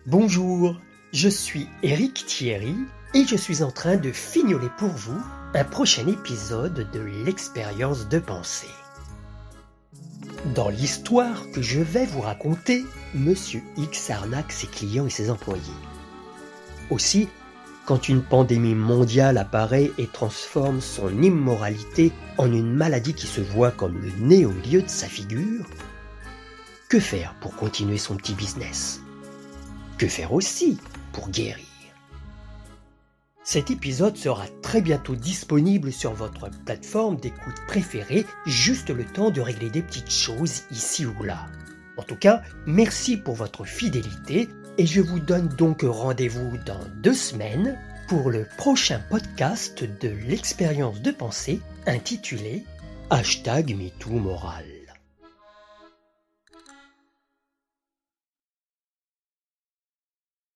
Bonjour, je suis Éric Thierry et je suis en train de fignoler pour vous un prochain épisode de l'expérience de pensée. Dans l'histoire que je vais vous raconter, Monsieur X arnaque ses clients et ses employés. Aussi, quand une pandémie mondiale apparaît et transforme son immoralité en une maladie qui se voit comme le nez au milieu de sa figure, que faire pour continuer son petit business ? Que faire aussi pour guérir ? Cet épisode sera très bientôt disponible sur votre plateforme d'écoute préférée, juste le temps de régler des petites choses ici ou là. En tout cas, merci pour votre fidélité et je vous donne donc rendez-vous dans 2 semaines pour le prochain podcast de l'expérience de pensée intitulé #MeTooMoral.